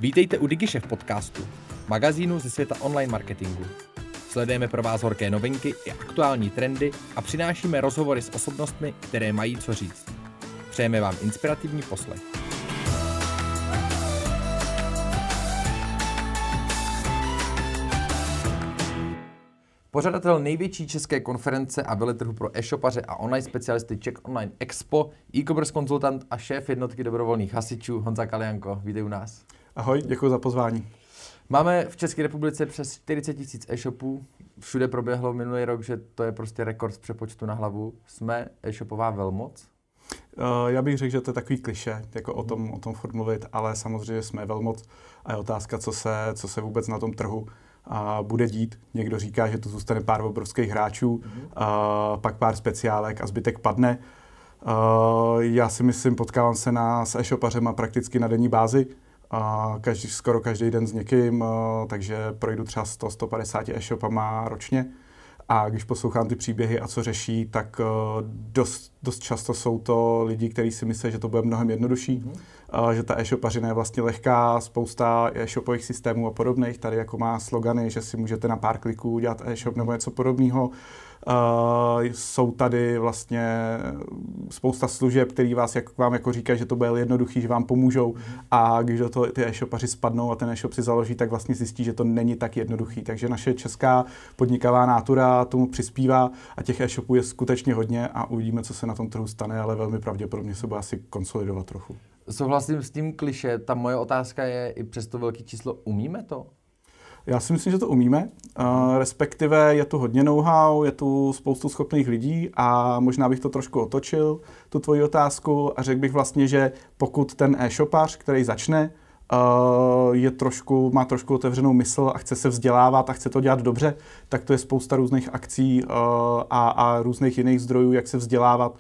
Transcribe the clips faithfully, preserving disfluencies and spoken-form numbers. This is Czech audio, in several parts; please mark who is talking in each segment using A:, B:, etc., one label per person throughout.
A: Vítejte u DigiShef podcastu, magazínu ze světa online marketingu. Sledujeme pro vás horké novinky i aktuální trendy a přinášíme rozhovory s osobnostmi, které mají co říct. Přejeme vám inspirativní poslech. Pořadatel největší české konference a veletrhu pro e-shopaře a online specialisty Czech Online Expo, e-commerce konzultant a šéf jednotky dobrovolných hasičů Honza Kalijanko. Vítej u nás.
B: Ahoj, děkuji za pozvání.
A: Máme v České republice přes čtyřicet tisíc e-shopů. Všude proběhlo minulý rok, že to je prostě rekord z přepočtu na hlavu. Jsme e-shopová velmoc?
B: Uh, já bych řekl, že to je takový klišé, jako o tom, o tom furt mluvit, ale samozřejmě jsme velmoc a je otázka, co se, co se vůbec na tom trhu a bude dít. Někdo říká, že tu zůstane pár obrovských hráčů, mm-hmm. a pak pár speciálek a zbytek padne. Uh, já si myslím, potkávám se na, s e-shopařema prakticky na denní bázi. A každý, skoro každý den s někým, uh, takže projdu třeba sto až sto padesát e-shopama ročně. A když poslouchám ty příběhy a co řeší, tak uh, dost, dost často jsou to lidi, kteří si myslí, že to bude mnohem jednodušší, mm. uh, že ta e-shopařina je vlastně lehká, spousta e-shopových systémů a podobných. Tady jako má slogany, že si můžete na pár kliků udělat e-shop nebo něco podobného. Uh, jsou tady vlastně spousta služeb, které vás jak, vám jako říkají, že to bude jednoduchý, že vám pomůžou, mm. a když do toho ty e-shopaři spadnou a ten e-shop si založí, tak vlastně zjistí, že to není tak jednoduchý. Takže naše česká podnikavá nátura tomu přispívá a těch e-shopů je skutečně hodně a uvidíme, co se na tom trhu stane, ale velmi pravděpodobně se bude asi konsolidovat trochu.
A: Souhlasím s tím klišé, ta moje otázka je, i přes to velké číslo, umíme to?
B: Já si myslím, že to umíme, uh, respektive je tu hodně know-how, je tu spoustu schopných lidí a možná bych to trošku otočil, tu tvoji otázku, a řekl bych vlastně, že pokud ten e-shopař, který začne, uh, je trošku, má trošku otevřenou mysl a chce se vzdělávat a chce to dělat dobře, tak to je spousta různých akcí uh, a, a různých jiných zdrojů, jak se vzdělávat,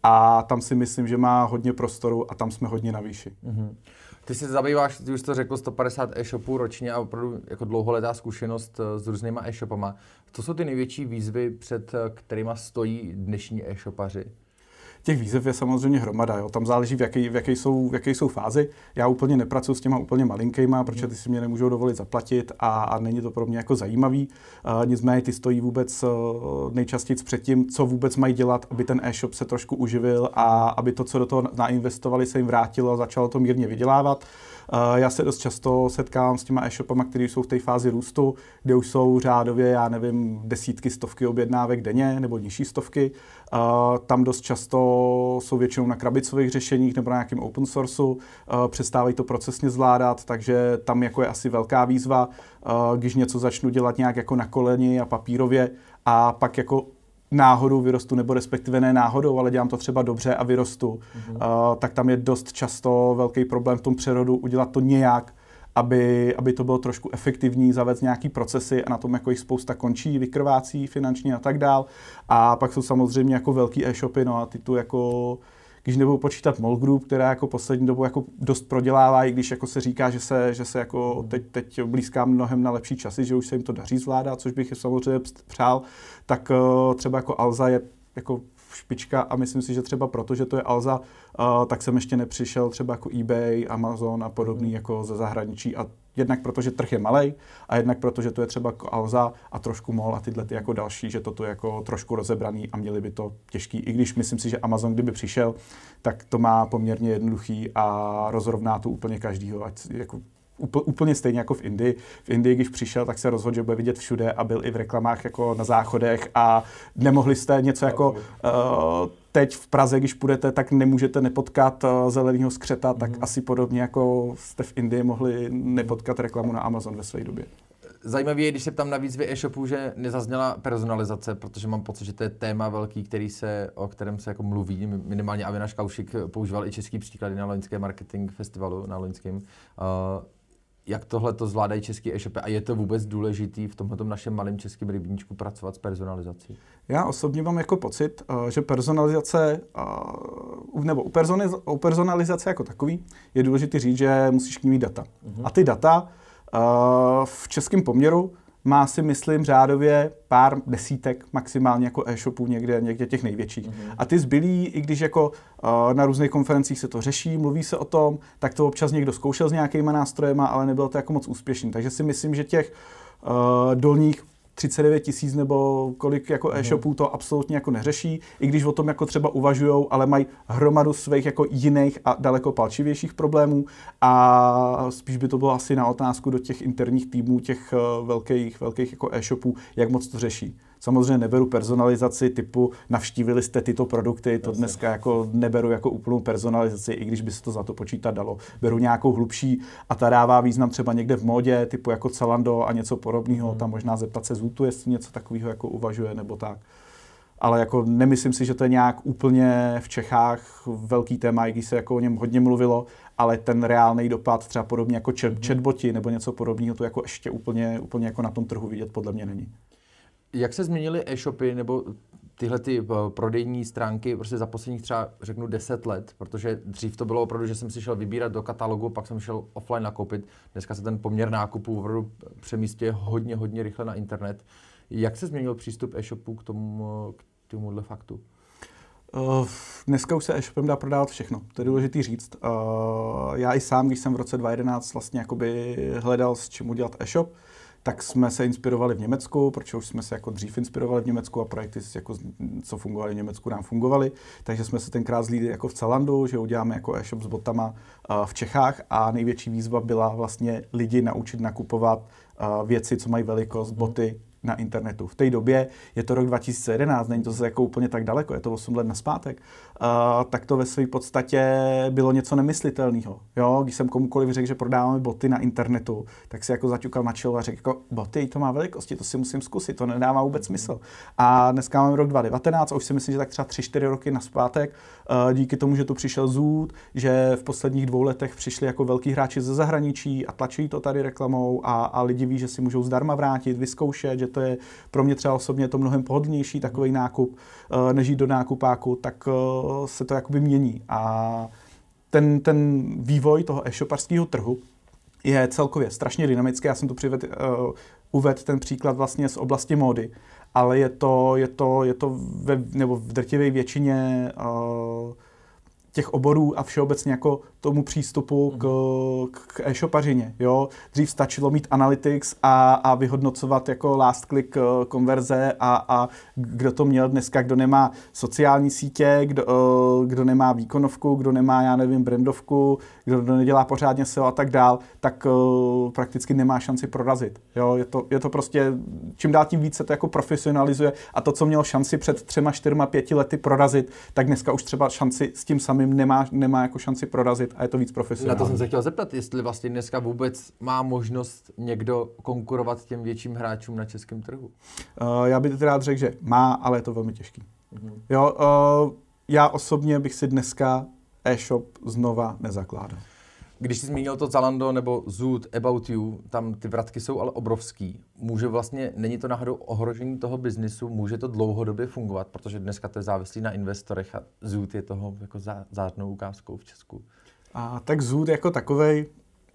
B: a tam si myslím, že má hodně prostoru a tam jsme hodně na výši.
A: Mm-hmm. Ty se zabýváš, ty už to řekl, sto padesát e-shopů ročně a opravdu jako dlouholetá zkušenost s různýma e-shopama. Co jsou ty největší výzvy, před kterýma stojí dnešní e-shopaři?
B: Těch výzev je samozřejmě hromada, jo. Tam záleží, v jaké v jaké jsou, v jaké jsou fázi. Já úplně nepracuji s těma úplně malinkejma, protože ty si mě nemůžou dovolit zaplatit a, a není to pro mě jako zajímavý. Uh, nicméně ty stojí vůbec uh, nejčastěji před tím, co vůbec mají dělat, aby ten e-shop se trošku uživil a aby to, co do toho nainvestovali, se jim vrátilo a začalo to mírně vydělávat. Uh, já se dost často setkávám s těma e-shopama, které jsou v té fázi růstu, kde už jsou řádově, já nevím, desítky, stovky objednávek denně nebo nižší stovky. Uh, tam dost často jsou většinou na krabicových řešeních nebo na nějakém open sourceu, uh, přestávají to procesně zvládat, takže tam jako je asi velká výzva, uh, když něco začnu dělat nějak jako na koleni a papírově a pak jako náhodou vyrostu, nebo respektive ne náhodou, ale dělám to třeba dobře a vyrostu, mm-hmm. uh, tak tam je dost často velký problém v tom přerodu udělat to nějak, aby, aby to bylo trošku efektivní, zavést nějaký procesy a na tom jako jich spousta končí, vykrvácí finančně a tak dál. A pak jsou samozřejmě jako velký e-shopy, no a ty tu jako, když nebudu počítat Mall Group, která jako poslední dobu jako dost prodělává, i když jako se říká, že se, že se jako teď, teď blízká mnohem na lepší časy, že už se jim to daří zvládat, což bych samozřejmě přál, tak uh, třeba jako Alza je jako špička a myslím si, že třeba proto, že to je Alza, uh, tak jsem ještě nepřišel třeba jako eBay, Amazon a podobný mm. jako ze zahraničí, a jednak proto, že trh je malej a jednak proto, že to je třeba jako Alza a trošku Mall a tyhle ty jako další, že toto je jako trošku rozebraný a měli by to těžký, i když myslím si, že Amazon kdyby přišel, tak to má poměrně jednoduchý a rozrovná to úplně každýho, ať jako úplně stejně jako v Indii. V Indii, když přišel, tak se rozhodl, že bude vidět všude a byl i v reklamách jako na záchodech a nemohli jste něco jako uh, teď v Praze, když půjdete, tak nemůžete nepotkat uh, zelenýho skřeta, tak mm-hmm. asi podobně jako jste v Indii mohli nepotkat reklamu na Amazon ve své době.
A: Zajímavé je, když se tam na výzvy e-shopů, že nezazněla personalizace, protože mám pocit, že to je téma velký, který se, o kterém se jako mluví. Minimálně Avinaš Kaušik používal i český příklady na loňském marketing festivalu, na loňském. Uh, Jak tohle to zvládají český e-shopy a je to vůbec důležitý v tomhle našem malém českém rybníčku pracovat s personalizací?
B: Já osobně mám jako pocit, že personalizace, nebo u personalizace jako takový je důležité říct, že musíš k ní mít data. Uh-huh. A ty data v českém poměru má si myslím řádově pár desítek maximálně jako e-shopů někde, někde těch největších. Mm-hmm. A ty zbylí, i když jako uh, na různých konferencích se to řeší, mluví se o tom, tak to občas někdo zkoušel s nějakýma nástrojema, ale nebylo to jako moc úspěšný. Takže si myslím, že těch uh, dolních třicet devět tisíc nebo kolik jako mm. e-shopů to absolutně jako neřeší, i když o tom jako třeba uvažujou, ale mají hromadu svých jako jiných a daleko palčivějších problémů a spíš by to bylo asi na otázku do těch interních týmů těch uh, velkých, velkých jako e-shopů, jak moc to řeší. Samozřejmě neberu personalizaci typu navštívili jste tyto produkty, to dneska jako neberu jako úplnou personalizaci, i když by se to za to počítat dalo. Beru nějakou hlubší a ta dává význam třeba někde v módě, typu jako Zalando a něco podobného, hmm. tam možná zeptat se Zootu, jestli něco takového jako uvažuje nebo tak. Ale jako nemyslím si, že to je nějak úplně v Čechách velký téma, i když se jako o něm hodně mluvilo, ale ten reálný dopad třeba podobně jako chatboti nebo něco podobného, to jako ještě úplně, úplně jako na tom trhu vidět podle mě není.
A: Jak se změnily e-shopy nebo tyhle ty prodejní stránky prostě za posledních třeba řeknu deset let, protože dřív to bylo opravdu, že jsem si šel vybírat do katalogu, pak jsem šel offline nakoupit. Dneska se ten poměr nákupů opravdu přemístěje hodně, hodně rychle na internet. Jak se změnil přístup e-shopů k tomu, k tomuhle faktu?
B: Uh, dneska už se e-shopem dá prodávat všechno, to je důležitý říct. Uh, já i sám, když jsem v roce dva tisíce jedenáct vlastně jakoby hledal, s čím udělat e-shop, tak jsme se inspirovali v Německu, protože už jsme se jako dřív inspirovali v Německu a projekty, jako, co fungovaly v Německu, nám fungovaly. Takže jsme se tenkrát zlídli jako v Zalandu, že uděláme jako e-shop s botama uh, v Čechách a největší výzva byla vlastně lidi naučit nakupovat uh, věci, co mají velikost, boty na internetu. V té době, je to rok dva tisíce jedenáct, není to zase jako úplně tak daleko, je to osm let nazpátek, uh, tak to ve své podstatě bylo něco nemyslitelného. Jo? Když jsem komukoliv řekl, že prodáváme boty na internetu, tak si jako zaťukal na čelo a řekl, jako, boty, to má velikosti, to si musím zkusit, to nedává vůbec smysl. A dneska máme rok dva tisíce devatenáct, a už si myslím, že tak třeba tři čtyři roky nazpátek, uh, díky tomu, že tu přišel Zoot, že v posledních dvou letech přišli jako velký hráči ze zahraničí a tlačí to tady reklamou a, a lidi ví, že si můžou zdarma vrátit, vyzkoušet, že to je pro mě třeba osobně to mnohem pohodlnější takový nákup, než jít do nákupáku, tak se to jakoby mění. A ten, ten vývoj toho e-shoparského trhu je celkově strašně dynamický. Já jsem tu přived, uh, uvedl ten příklad vlastně z oblasti módy, ale je to, je to, je to ve, nebo v drtivé většině uh, těch oborů a všeobecně jako tomu přístupu k, k e-shopařině. Jo? Dřív stačilo mít analytics a, a vyhodnocovat jako last click konverze a, a kdo to měl dneska, kdo nemá sociální sítě, kdo, kdo nemá výkonovku, kdo nemá, já nevím, brandovku, kdo, kdo nedělá pořádně S E O a tak dál, tak uh, prakticky nemá šanci prorazit. Jo? Je to, je to prostě, čím dál tím víc se to jako profesionalizuje a to, co mělo šanci před třema, čtyřma, pěti lety prorazit, tak dneska už třeba šanci s tím samým nemá, nemá jako šanci prorazit a je to víc profesionální.
A: Na to jsem se chtěl zeptat, jestli vlastně dneska vůbec má možnost někdo konkurovat těm větším hráčům na českém trhu.
B: Uh, já bych rád řekl, že má, ale je to velmi těžký. Mm-hmm. Jo, uh, já osobně bych si dneska e-shop znova nezakládal.
A: Když jsi zmínil to Zalando nebo Zoot, About You, tam ty vratky jsou ale obrovský. Může vlastně, není to náhodou ohrožení toho biznisu, může to dlouhodobě fungovat, protože dneska to je závislý na investorech a Zoot je toho jako zá, zářnou ukázkou v Česku.
B: A tak Zoot jako takovej,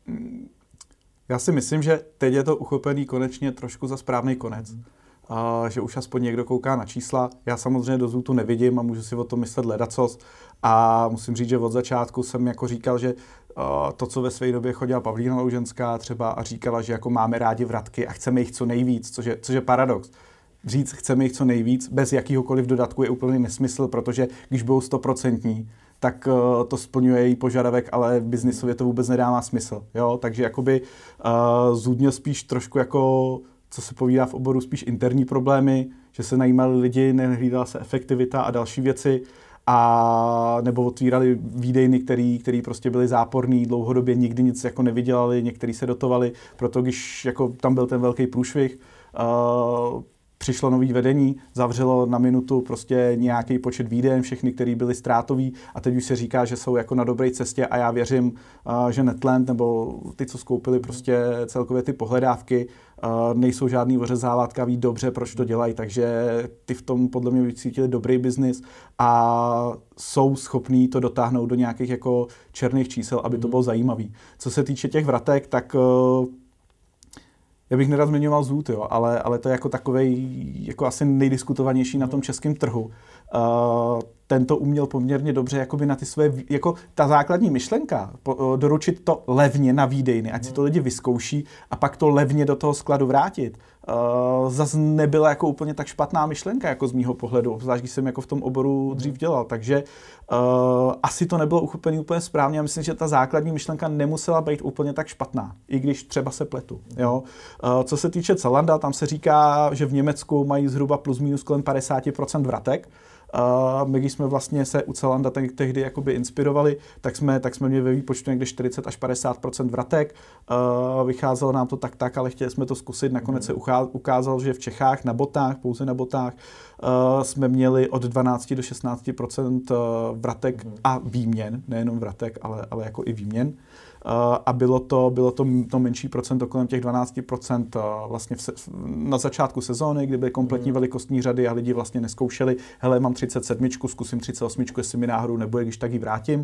B: já si myslím, že teď je to uchopený konečně trošku za správný konec. Mm. A že už aspoň někdo kouká na čísla. Já samozřejmě do Zootu nevidím a můžu si o tom myslet ledacos. A musím říct, že od začátku jsem jako říkal, že uh, to, co ve své době chodila Pavlína Louženská třeba a říkala, že jako máme rádi vratky a chceme jich co nejvíc, což je, což je paradox. Říct, chceme jich co nejvíc, bez jakýhokoliv dodatku je úplný nesmysl, protože když budou stoprocentní, tak uh, to splňuje její požadavek, ale biznisově to vůbec nedává smysl. Jo? Takže jakoby uh, Zoot měl spíš trošku jako, co se povídá v oboru, spíš interní problémy, že se najímali lidi, nehlídala se efektivita a další věci, a nebo otvírali výdejny, který, který prostě byly záporný, dlouhodobě nikdy nic jako nevydělali, někteří se dotovali, proto když jako tam byl ten velký průšvih, uh, přišlo nový vedení, zavřelo na minutu prostě nějaký počet výdejen, všechny, který byly ztrátový a teď už se říká, že jsou jako na dobré cestě a já věřím, uh, že Netland nebo ty, co skoupili prostě celkově ty pohledávky, uh, nejsou žádný ořezávatka, ví dobře, proč to dělají, takže ty v tom podle mě vycítili dobrý biznis a jsou schopní to dotáhnout do nějakých jako černých čísel, aby to bylo zajímavý. Co se týče těch vratek, tak uh, Já bych nerad zmiňoval Zoot, jo, ale, ale to je jako takovej, jako asi nejdiskutovanější na tom českém trhu. Uh, ten to uměl poměrně dobře jakoby na ty své, jako ta základní myšlenka, po, doručit to levně na výdejny, ať si to lidi vyzkouší a pak to levně do toho skladu vrátit. Uh, zase nebyla jako úplně tak špatná myšlenka, jako z mýho pohledu, obzvlášť když jsem jako v tom oboru dřív dělal, takže uh, asi to nebylo uchopený úplně správně a myslím, že ta základní myšlenka nemusela být úplně tak špatná, i když třeba se pletu. Jo? Uh, co se týče Zalanda, tam se říká, že v Německu mají zhruba plus minus kolem padesát procent vratek. Uh, my, když jsme vlastně se u Zalanda te- tehdy jakoby inspirovali, tak jsme, tak jsme měli ve výpočtu někde čtyřicet až padesát procent vratek. Uh, vycházelo nám to tak tak, ale chtěli jsme to zkusit. Nakonec se uchá- ukázalo, že v Čechách na botách, pouze na botách, uh, jsme měli od dvanáct do šestnáct procent vratek mm. a výměn, nejenom vratek, ale, ale jako i výměn. Uh, a bylo to, bylo to, to menší procento, kolem těch dvanáct procent uh, vlastně v se, na začátku sezóny, kdy byly kompletní mm. velikostní řady a lidi vlastně neskoušeli, hele, mám třicet sedm, zkusím třicet osm, jestli mi náhodou nebude, když tak ji vrátím. Uh,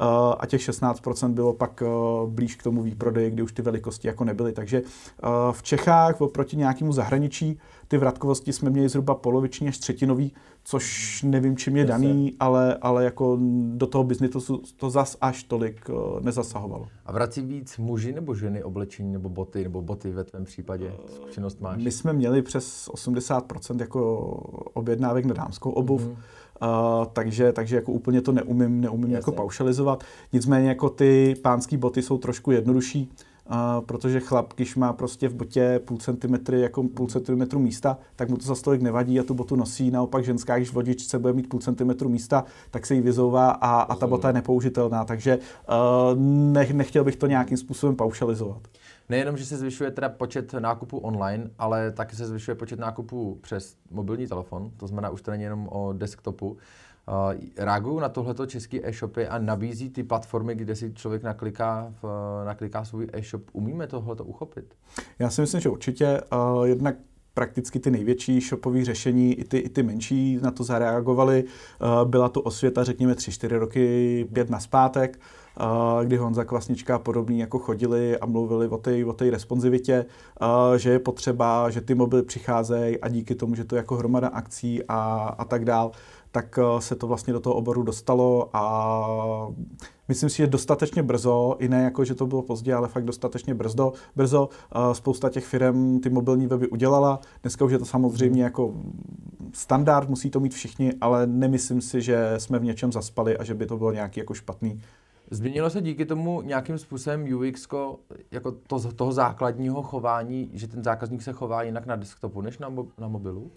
B: a těch šestnáct procent bylo pak uh, blíž k tomu výprodeji, kdy už ty velikosti jako nebyly. Takže uh, v Čechách oproti nějakému zahraničí ty vratkovosti jsme měli zhruba poloviční až třetinový, což nevím, čím je daný, ale, ale jako do toho biznesu to zas až tolik uh, nezasahovalo.
A: A vrací víc muži nebo ženy oblečení nebo boty, nebo boty ve tvém případě? Zkušenost máš?
B: My jsme měli přes osmdesát procent jako objednávek na dámskou obuv, mm-hmm. uh, takže, takže jako úplně to neumím, neumím jako paušalizovat. Nicméně jako ty pánský boty jsou trošku jednodušší, Uh, protože chlap, když má prostě v botě půl centimetry, jako půl centimetru místa, tak mu to za stolik nevadí a tu botu nosí. Naopak ženská, když v vodičce bude mít půl centimetru místa, tak se jí vyzouvá a, a ta bota je nepoužitelná. Takže uh, ne, nechtěl bych to nějakým způsobem paušalizovat.
A: Nejenom, že se zvyšuje teda počet nákupů online, ale taky se zvyšuje počet nákupů přes mobilní telefon, to znamená, už to není jenom o desktopu. Uh, reagují na tohleto český e-shopy a nabízí ty platformy, kde si člověk nakliká, v, nakliká svůj e-shop. Umíme tohleto uchopit?
B: Já si myslím, že určitě. Uh, jednak prakticky ty největší shopové řešení, i ty, i ty menší na to zareagovaly. Uh, byla to osvěta, řekněme, tři čtyři roky, pět nazpátek, uh, kdy Honza Kvasnička a podobný jako chodili a mluvili o té o té responsivitě, uh, že je potřeba, že ty mobily přicházejí a díky tomu, že to je jako hromada akcí a, a tak dál, tak se to vlastně do toho oboru dostalo a myslím si, že dostatečně brzo, i ne jako, že to bylo pozdě, ale fakt dostatečně brzo. Brzo spousta těch firm ty mobilní weby udělala. Dneska už je to samozřejmě jako standard, musí to mít všichni, ale nemyslím si, že jsme v něčem zaspali a že by to bylo nějaký jako špatný.
A: Změnilo se díky tomu nějakým způsobem U X ko, jako to, toho základního chování, že ten zákazník se chová jinak na desktopu než na, mo- na mobilu?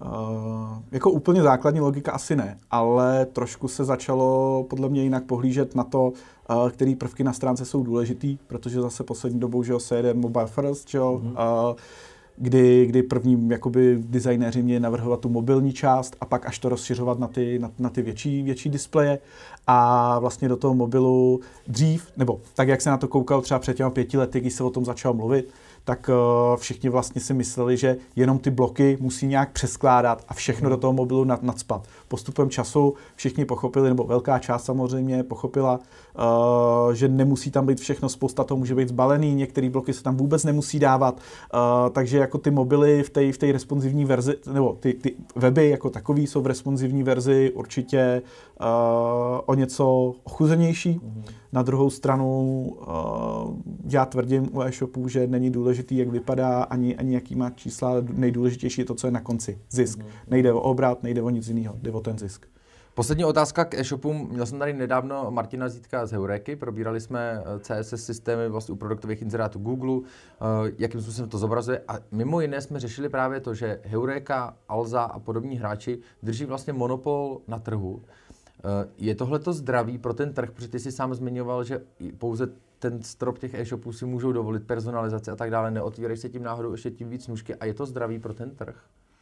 B: Uh, jako úplně základní logika asi ne, ale trošku se začalo podle mě jinak pohlížet na to, uh, který prvky na stránce jsou důležitý, protože zase poslední dobou, že jo, se jede mobile first, že jo, mm-hmm. uh, kdy, kdy první jakoby designéři měli navrhovat tu mobilní část a pak až to rozšiřovat na ty, na, na ty větší, větší displeje a vlastně do toho mobilu dřív, nebo tak, jak se na to koukal třeba před těma pěti lety, když se o tom začal mluvit, tak uh, všichni vlastně si mysleli, že jenom ty bloky musí nějak přeskládat a všechno do toho mobilu nad, nadspat. Postupem času všichni pochopili, nebo velká část samozřejmě pochopila, uh, že nemusí tam být všechno, spousta toho může být zbalený, některé bloky se tam vůbec nemusí dávat, uh, takže jako ty mobily v té v té responsivní verzi, nebo ty, ty weby jako takový jsou v responsivní verzi určitě uh, o něco ochuzenější. Mm. Na druhou stranu uh, já tvrdím u e-shopů, že není důležitý, jak vypadá, ani, ani jaký má čísla, nejdůležitější je to, co je na konci. Zisk. Mm. Nejde o obrat, nejde o nic jiného, jde o ten zisk.
A: Poslední otázka k e-shopům. Měl jsem tady nedávno Martina Zítka z Heuréky, probírali jsme C S S systémy vlastně u produktových inzerátů Google, uh, jakým způsobem to zobrazuje a mimo jiné jsme řešili právě to, že Heuréka, Alza a podobní hráči drží vlastně monopol na trhu. Je tohleto zdravý pro ten trh, protože ty jsi sám zmiňoval, že pouze ten strop těch e-shopů si můžou dovolit personalizace a tak dále, neotvírají se tím náhodou ještě tím víc nůžky a je to zdravý pro ten trh?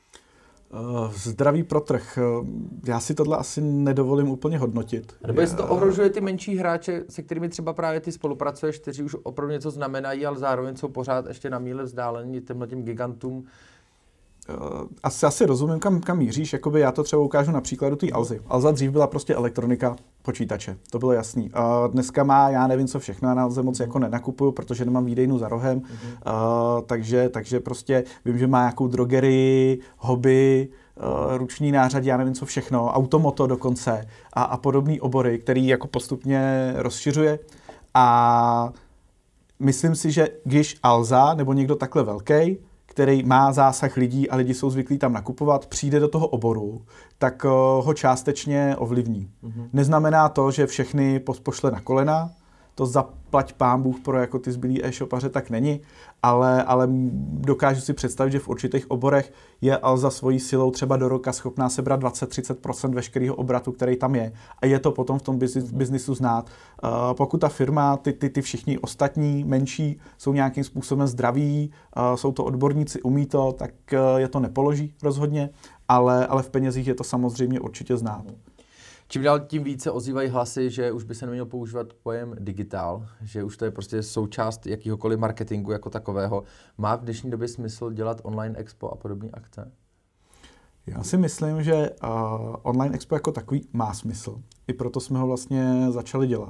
B: Uh, zdravý pro trh. Já si tohle asi nedovolím úplně hodnotit.
A: A nebo jestli to ohrožuje ty menší hráče, se kterými třeba právě ty spolupracuješ, kteří už opravdu něco znamenají, ale zároveň jsou pořád ještě na míle vzdálení těmhle tím gigantům?
B: asi, asi rozumím, kam, kam míříš, jakoby já to třeba ukážu na příkladu té Alzy. Alza dřív byla prostě elektronika počítače, to bylo jasný. Uh, dneska má, já nevím co všechno, já na Alze moc jako nenakupuju, protože nemám výdejnu za rohem, uh, takže, takže prostě vím, že má nějakou drogerii, hobby, uh, ruční nářadí, já nevím co všechno, automoto dokonce a, a podobné obory, který jako postupně rozšiřuje. A myslím si, že když Alza nebo někdo takhle velký, který má zásah lidí a lidi jsou zvyklí tam nakupovat, přijde do toho oboru, tak uh, ho částečně ovlivní. Mm-hmm. Neznamená to, že všechny pošle na kolena, to zaplať pán Bůh pro jako ty zbylí e-shopaře, tak není, ale, ale dokážu si představit, že v určitých oborech je Alza svojí silou třeba do roka schopná sebrat dvacet až třicet procent veškerého obratu, který tam je. A je to potom v tom biznis, biznisu znát. Uh, pokud ta firma, ty, ty, ty všichni ostatní, menší, jsou nějakým způsobem zdraví, uh, jsou to odborníci, umí to, tak uh, je to nepoloží rozhodně, ale, ale v penězích je to samozřejmě určitě znát.
A: Čím dál tím více ozývají hlasy, že už by se neměl používat pojem digitál, že už to je prostě součást jakýhokoliv marketingu jako takového. Má v dnešní době smysl dělat online expo a podobné akce?
B: Já si myslím, že uh, online expo jako takový má smysl. I proto jsme ho vlastně začali dělat.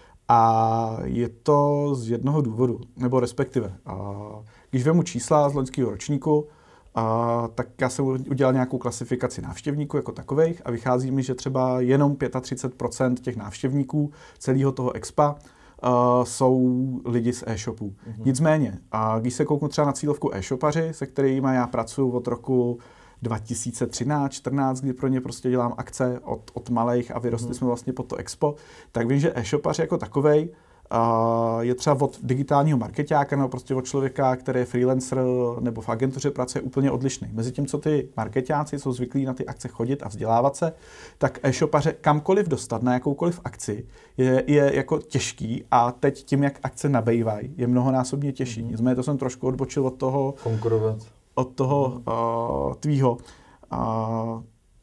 B: A je to z jednoho důvodu, nebo respektive. Uh, když vemu čísla z loňského ročníku, Uh, tak já jsem udělal nějakou klasifikaci návštěvníků jako takových a vychází mi, že třeba jenom třicet pět procent těch návštěvníků celého toho expa uh, jsou lidi z e-shopů. Mm-hmm. Nicméně, uh, když se kouknu třeba na cílovku e-shopaři, se kterými já pracuji od roku dva tisíce třináct čtrnáct, kdy pro ně prostě dělám akce od, od malých a vyrostli mm-hmm. jsme vlastně pod to expo, tak vím, že e-shopaři jako takovej Uh, je třeba od digitálního marketáka nebo prostě od člověka, který je freelancer nebo v agentuře pracuje úplně odlišný. Mezi tím, co ty marketáci jsou zvyklí na ty akce chodit a vzdělávat se, tak e-shopaře kamkoliv dostat na jakoukoliv akci je, je jako těžký a teď tím, jak akce nabejvají, je mnohonásobně těžší. Mm-hmm. Nicméně to jsem trošku odbočil od toho,
A: konkurovat.
B: Od toho mm-hmm. uh, tvýho. Uh,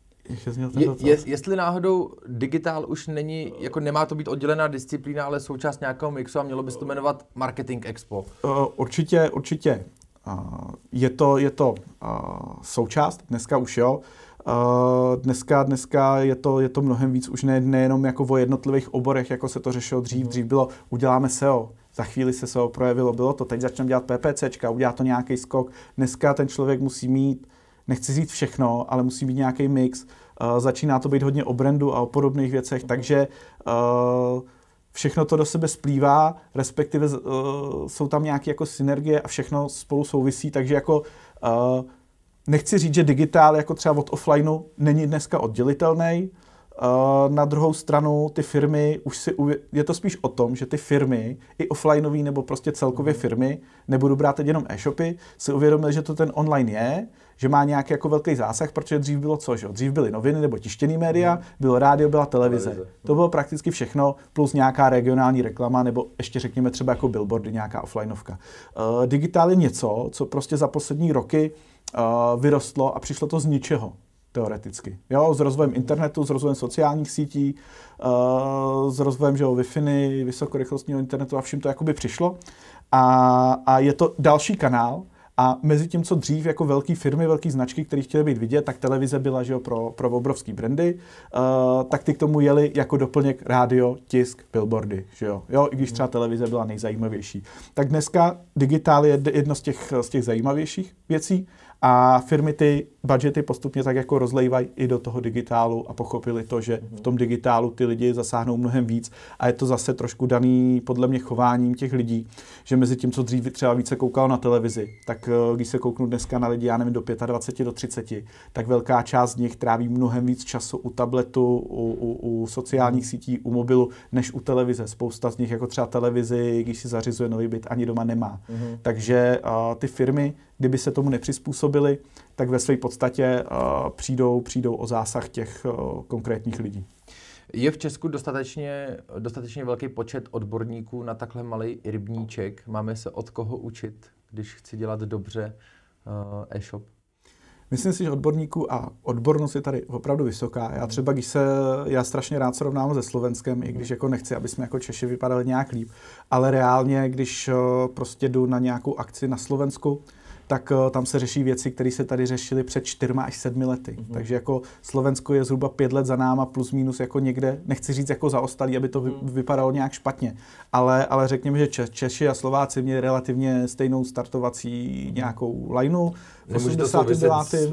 A: Je, je, jestli náhodou digitál už není, jako nemá to být oddělená disciplína, ale součást nějakého mixu a mělo by se to jmenovat Marketing Expo?
B: Uh, určitě, určitě. Uh, je to, je to uh, součást, dneska už jo. Uh, dneska, dneska je to, je to mnohem víc, už ne, nejenom jako o jednotlivých oborech, jako se to řešilo dřív. Dřív bylo, uděláme S E O, za chvíli se S E O projevilo, bylo to, teď začneme dělat PPCčka, udělá to nějaký skok. Dneska ten člověk musí mít, nechci říct všechno, ale musí být nějaký mix. Uh, začíná to být hodně o brandu a o podobných věcech, takže uh, všechno to do sebe splývá, respektive uh, jsou tam nějaké jako synergie a všechno spolu souvisí, takže jako uh, nechci říct, že digitál jako třeba od offlineu není dneska oddělitelný. Uh, na druhou stranu ty firmy, už si uvě- je to spíš o tom, že ty firmy, i offlineový nebo prostě celkově firmy, nebudu brát teď jenom e-shopy, si uvědomili, že to ten online je, že má nějaký jako velký zásah, protože dřív bylo co, že? Dřív byly noviny nebo tištěný média, bylo rádio, byla televize. televize. To bylo prakticky všechno, plus nějaká regionální reklama, nebo ještě řekněme třeba jako billboardy, nějaká offlineovka. Uh, digitál je něco, co prostě za poslední roky uh, vyrostlo a přišlo to z ničeho. Teoreticky. Jo, s rozvojem internetu, s rozvojem sociálních sítí, uh, s rozvojem že jo, Wi-Fi, vysokorychlostního internetu a vším to jakoby přišlo. A, a je to další kanál a mezi tím, co dřív jako velké firmy, velké značky, které chtěly být vidět, tak televize byla že jo, pro, pro obrovský brandy, uh, tak ty k tomu jeli jako doplněk rádio, tisk, billboardy. Že jo? Jo, i když třeba televize byla nejzajímavější. Tak dneska digitál je jedno z těch, z těch zajímavějších věcí. A firmy ty budgety postupně tak jako rozlejvají i do toho digitálu a pochopili to, že v tom digitálu ty lidi zasáhnou mnohem víc a je to zase trošku daný podle mě chováním těch lidí, že mezi tím, co dřív třeba více koukal na televizi, tak když se kouknu dneska na lidi, já nevím, do dvacet pět do třiceti, tak velká část z nich tráví mnohem víc času u tabletu, u, u, u sociálních sítí, u mobilu, než u televize. Spousta z nich jako třeba televizi, když si zařizuje nový byt, ani doma nemá. Mm-hmm. Takže uh, ty firmy, kdyby se tomu nepřizpůsobili, tak ve své podstatě uh, přijdou, přijdou o zásah těch uh, konkrétních lidí.
A: Je v Česku dostatečně, dostatečně velký počet odborníků na takhle malý rybníček? Máme se od koho učit, když chci dělat dobře uh, e-shop?
B: Myslím si, že odborníků a odbornost je tady opravdu vysoká. Já třeba, když se, já strašně rád srovnám se Slovenskem, i když jako nechci, aby jsme jako Češi vypadali nějak líp, ale reálně, když uh, prostě jdu na nějakou akci na Slovensku, tak tam se řeší věci, které se tady řešily před čtyřma až sedmi lety. Mm-hmm. Takže jako Slovensko je zhruba pět let za náma plus minus jako někde, nechci říct jako zaostalý, aby to vy, vypadalo nějak špatně, ale, ale řekněme, že Če- Češi a Slováci měli relativně stejnou startovací nějakou lineu.
A: Nemůže to souviset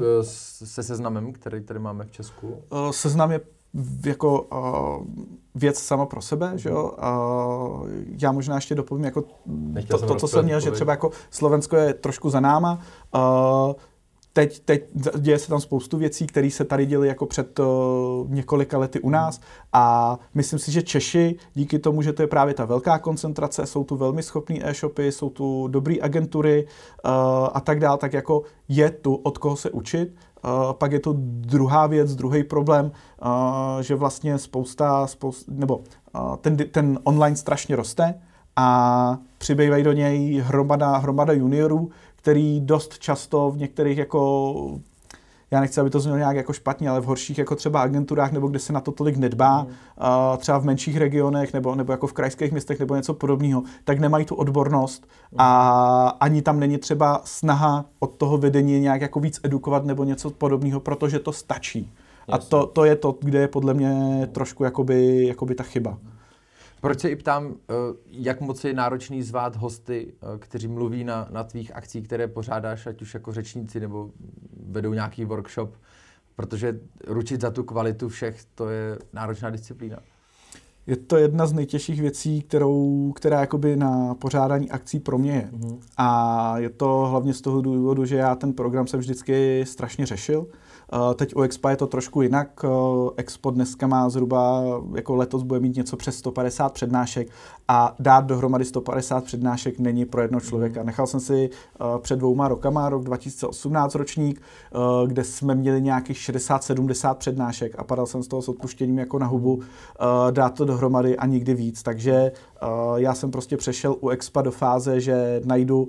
A: s, se seznamem, který tady máme v Česku?
B: Seznam je jako uh, věc sama pro sebe, že jo. Uh, já možná ještě dopovím jako to, to, co jsem měl, že třeba jako Slovensko je trošku za náma. Uh, teď, teď děje se tam spoustu věcí, které se tady děly jako před uh, několika lety u nás a myslím si, že Češi díky tomu, že to je právě ta velká koncentrace, jsou tu velmi schopný e-shopy, jsou tu dobrý agentury uh, a tak dál, tak jako je tu od koho se učit. Uh, pak je to druhá věc, druhý problém, uh, že vlastně spousta, spousta nebo uh, ten, ten online strašně roste a přibývají do něj hromada, hromada juniorů, který dost často v některých jako, já nechci, aby to znělo nějak jako špatně, ale v horších jako třeba agenturách, nebo kde se na to tolik nedbá, mm. uh, třeba v menších regionech, nebo, nebo jako v krajských městech, nebo něco podobného, tak nemají tu odbornost mm. a ani tam není třeba snaha od toho vedení nějak jako víc edukovat nebo něco podobného, protože to stačí. Jasně. A to, to je to, kde je podle mě trošku jakoby, jakoby ta chyba.
A: Proč se i ptám, jak moc je náročný zvát hosty, kteří mluví na, na tvých akcích, které pořádáš, ať už jako řečníci, nebo vedou nějaký workshop, protože ručit za tu kvalitu všech, to je náročná disciplína.
B: Je to jedna z nejtěžších věcí, kterou, která jakoby na pořádání akcí pro mě je. Mm-hmm. A je to hlavně z toho důvodu, že já ten program jsem vždycky strašně řešil. Uh, teď u Expa je to trošku jinak. Uh, Expo dneska má zhruba, jako letos bude mít něco přes sto padesát přednášek a dát dohromady sto padesát přednášek není pro jednoho člověka. Mm. Nechal jsem si uh, před dvouma rokama, rok dva tisíce osmnáct ročník, uh, kde jsme měli nějakých šedesát sedmdesát přednášek a padal jsem z toho s odpuštěním jako na hubu uh, dát to dohromady a nikdy víc. Takže uh, já jsem prostě přešel u Expa do fáze, že najdu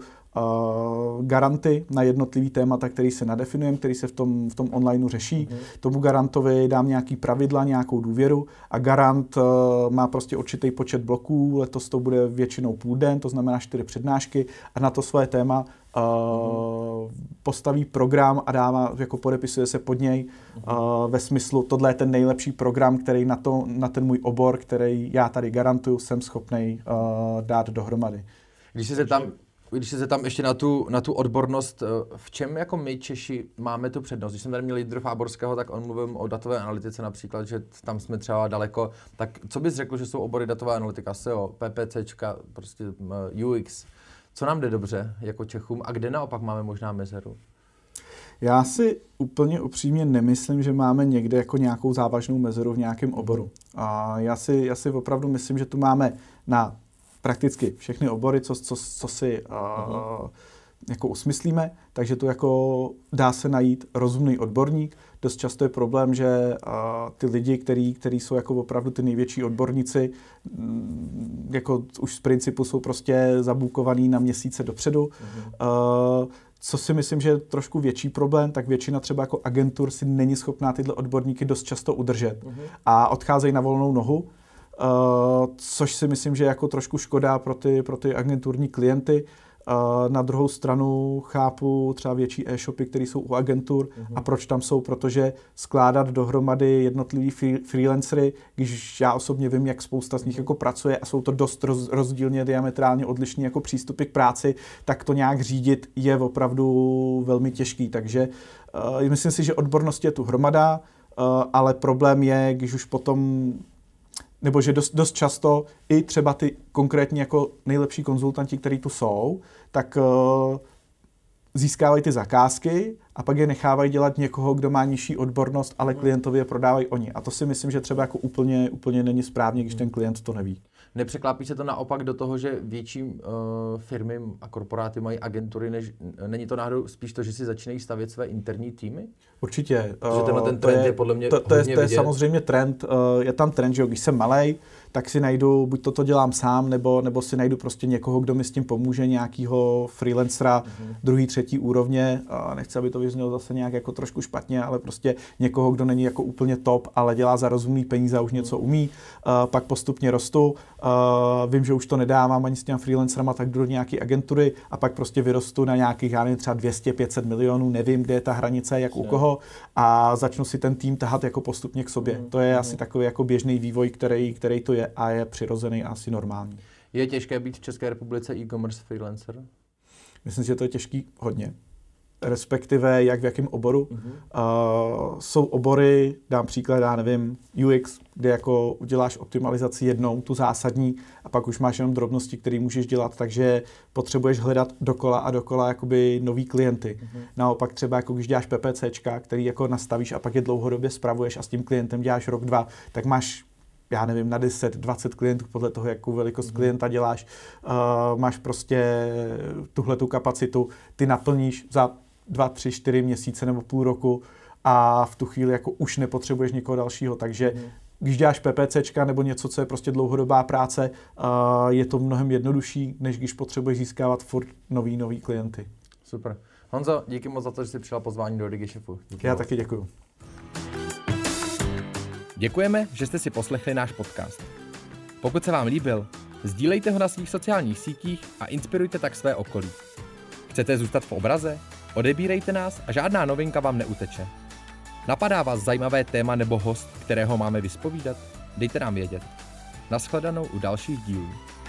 B: Uh, garanty na jednotlivý témata, který se nadefinujeme, který se v tom, v tom onlineu řeší. Mm. Tomu garantovi dám nějaký pravidla, nějakou důvěru a garant uh, má prostě určitý počet bloků, letos to bude většinou půl den, to znamená čtyři přednášky a na to své téma uh, mm. postaví program a dává, jako podepisuje se pod něj mm. uh, ve smyslu, tohle je ten nejlepší program, který na, to, na ten můj obor, který já tady garantuju, jsem schopnej uh, dát dohromady.
A: Když se tam Když se tam ještě na tu, na tu odbornost, v čem jako my Češi máme tu přednost? Když jsem tady měl Jindru Fáborského, tak on mluvil o datové analytice například, že tam jsme třeba daleko. Tak co bys řekl, že jsou obory datová analytika, S E O, PPCčka, prostě U X? Co nám jde dobře jako Čechům a kde naopak máme možná mezeru?
B: Já si úplně upřímně nemyslím, že máme někde jako nějakou závažnou mezeru v nějakém oboru. A já si, já si opravdu myslím, že tu máme na prakticky všechny obory, co, co, co si uh, jako usmyslíme, takže tu jako dá se najít rozumný odborník. Dost často je problém, že uh, ty lidi, který, který jsou jako opravdu ty největší odborníci, m, jako už z principu jsou prostě zabukovaný na měsíce dopředu. Uh, co si myslím, že je trošku větší problém, tak většina třeba jako agentur si není schopná tyhle odborníky dost často udržet uh-huh. a odcházejí na volnou nohu. Uh, což si myslím, že je jako trošku škoda pro ty, pro ty agenturní klienty. Uh, na druhou stranu chápu třeba větší e-shopy, které jsou u agentur uh-huh. a proč tam jsou, protože skládat dohromady jednotlivý free, freelancery, když já osobně vím, jak spousta z nich jako pracuje a jsou to dost roz, rozdílně, diametrálně odlišný jako přístupy k práci, tak to nějak řídit je opravdu velmi těžký. Takže uh, myslím si, že odbornost je tu hromada, uh, ale problém je, když už potom nebo že dost, dost často i třeba ty konkrétní jako nejlepší konzultanti, kteří tu jsou, tak uh, získávají ty zakázky a pak je nechávají dělat někoho, kdo má nižší odbornost, ale klientovi je prodávají oni. A to si myslím, že třeba jako úplně, úplně není správně, když ten klient to neví.
A: Nepřeklápí se to naopak do toho, že větší uh, firmy a korporáty mají agentury, než není to náhodou spíš to, že si začínají stavět své interní týmy?
B: Určitě.
A: Protože tenhle ten trend je, je podle mě
B: to, to, je, to je
A: vidět.
B: samozřejmě trend. Je tam trend, že když jsem malej, tak si najdu, buď toto dělám sám, nebo, nebo si najdu prostě někoho, kdo mi s tím pomůže, nějakýho freelancera mm-hmm. druhý, třetí úrovně. Nechci, aby to vyznělo zase nějak jako trošku špatně, ale prostě někoho, kdo není jako úplně top, ale dělá za rozumný peníze a už něco umí. Pak postupně rostu. Vím, že už to nedávám ani s těmi freelancerama, tak jdu do nějaké agentury a pak prostě vyrostu na nějakých, já nevím, třeba dvě stě pět set milionů, nevím, kde je ta hranice, jak u koho, a začnu si ten tým tahat jako postupně k sobě. Mm-hmm. To je mm-hmm. asi takový jako běžný vývoj, který, který to je a je přirozený a asi normální.
A: Je těžké být v České republice e-commerce freelancer?
B: Myslím si, že to je těžký hodně. Respektive jak v jakém oboru. Mm-hmm. Uh, jsou obory, dám příklad, já nevím, U X, kde jako uděláš optimalizaci jednou, tu zásadní, a pak už máš jenom drobnosti, které můžeš dělat, takže potřebuješ hledat dokola a dokola jakoby nový klienty. Mm-hmm. Naopak třeba jako když děláš PPCčka, který jako nastavíš a pak je dlouhodobě spravuješ a s tím klientem děláš rok, dva, tak máš, já nevím, na deset, dvacet klientů podle toho, jakou velikost mm. klienta děláš. Uh, máš prostě tuhletu kapacitu, ty naplníš za dva, tři, čtyři měsíce nebo půl roku a v tu chvíli jako už nepotřebuješ někoho dalšího. Takže mm. když děláš PPCčka nebo něco, co je prostě dlouhodobá práce, uh, je to mnohem jednodušší, než když potřebuješ získávat furt nový, nový klienty.
A: Super. Honzo, díky moc za to, že jsi přijal pozvání do DigiChefu.
B: Já taky děkuju.
C: Děkujeme, že jste si poslechli náš podcast. Pokud se vám líbil, sdílejte ho na svých sociálních sítích a inspirujte tak své okolí. Chcete zůstat v obraze? Odebírejte nás a žádná novinka vám neuteče. Napadá vás zajímavé téma nebo host, kterého máme vyspovídat? Dejte nám vědět. Nashledanou u dalších dílů.